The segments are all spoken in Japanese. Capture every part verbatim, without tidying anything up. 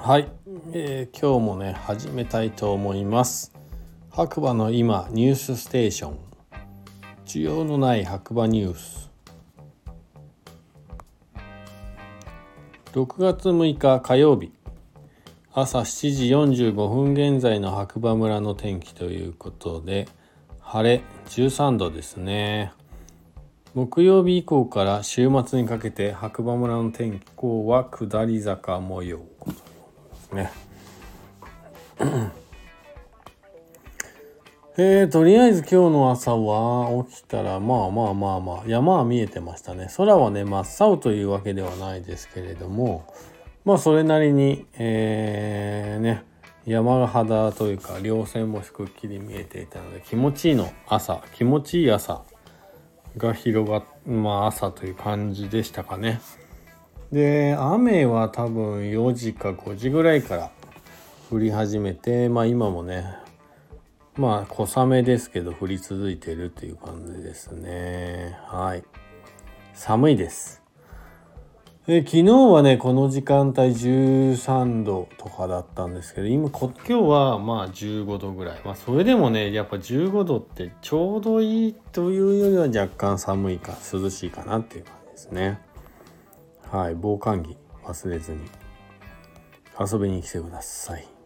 はい、えー、今日もね始めたいと思います。白馬の今ニュースステーション、需要のない白馬ニュース。ろくがつむいか火曜日、朝しちじよんじゅうごふん現在の白馬村の天気ということで、晴れじゅうさんどですね。木曜日以降から週末にかけて白馬村の天候は下り坂模様ですね。えー、とりあえず今日の朝は起きたらまあまあまあまあ山は見えてましたね。空はね真っ青というわけではないですけれども、まあそれなりに、えー、ね山肌というか稜線もくっきり見えていたので気持ちいいの朝気持ちいい朝が広がっまあ朝という感じでしたかね。で雨は多分よじかごじぐらいから降り始めて、まあ今もねまあ小雨ですけど降り続いているという感じですね。はい、寒いです。え昨日はねこの時間帯じゅうさんどとかだったんですけど、今今日はまあじゅうごどぐらい。まあそれでもねやっぱじゅうごどってちょうどいいというよりは若干寒いか涼しいかなっていう感じですね。はい、防寒着忘れずに遊びに来てください。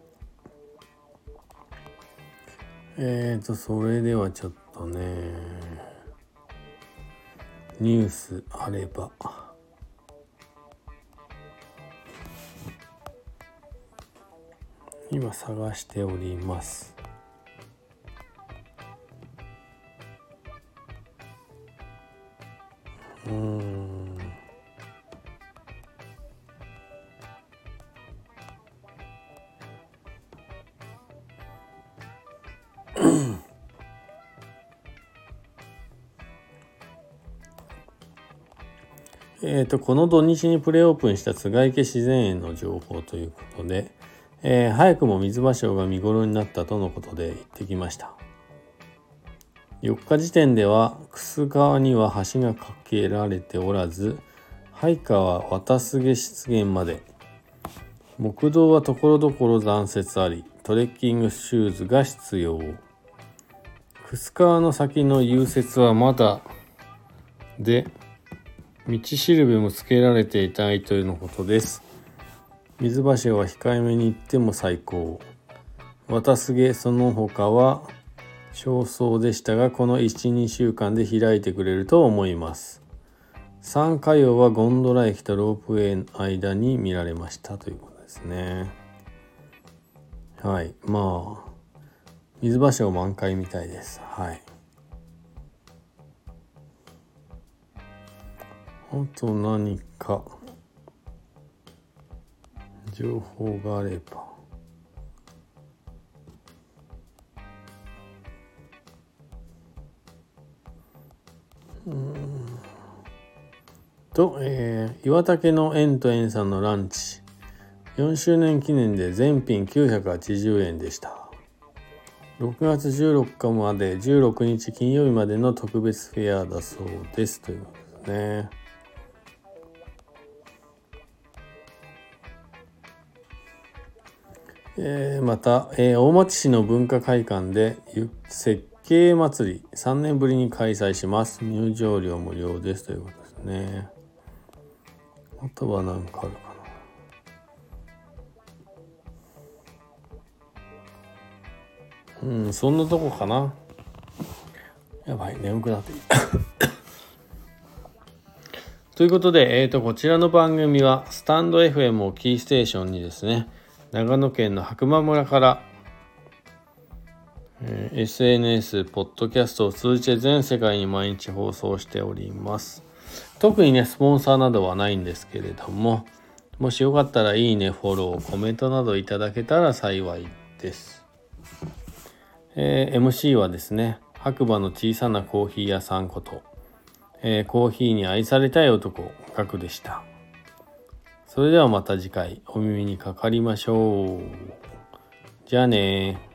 えーとそれではちょっとねニュースあれば今探しております。うーんえーとこの土日にプレオープンした津賀池自然園の情報ということで、えー、早くも水芭蕉が見頃になったとのことで行ってきました。よっか時点では楠川には橋が架けられておらず、灰川渡菅湿原まで木道はところどころ残雪あり、トレッキングシューズが必要。楠川の先の融雪はまだで、道しるべもつけられていないというのことです。水芭蕉は控えめに行っても最高。渡菅その他は少々でしたが、この いち,に 週間で開いてくれると思います。山花葉はゴンドラ駅とロープウェイの間に見られましたということですね。はい、まあ水芭蕉満開みたいです。はい。あと何か情報があれば。うーんと、えー、岩竹の円と円さんのランチよんしゅうねん記念で全品きゅうひゃくはちじゅうえんでした。ろくがつじゅうろっかまでじゅうろくにち金曜日までの特別フェアだそうですということですね。えー、また、えー、大町市の文化会館で設計祭りさんねんぶりに開催します。入場料無料ですということですね。あとは何かあるかな。うん、そんなとこかな。やばい、眠くなってきたということで、えーと、こちらの番組はスタンド エフエム をキーステーションにですね、長野県の白馬村から、えー、エスエヌエス、ポッドキャストを通じて全世界に毎日放送しております。特にね、スポンサーなどはないんですけれども、もしよかったらいいね、フォロー、コメントなどいただけたら幸いです。えー、エムシー はですね、白馬の小さなコーヒー屋さんこと、えー、コーヒーに愛されたい男、ガクでした。それではまた次回お耳にかかりましょう。じゃあね。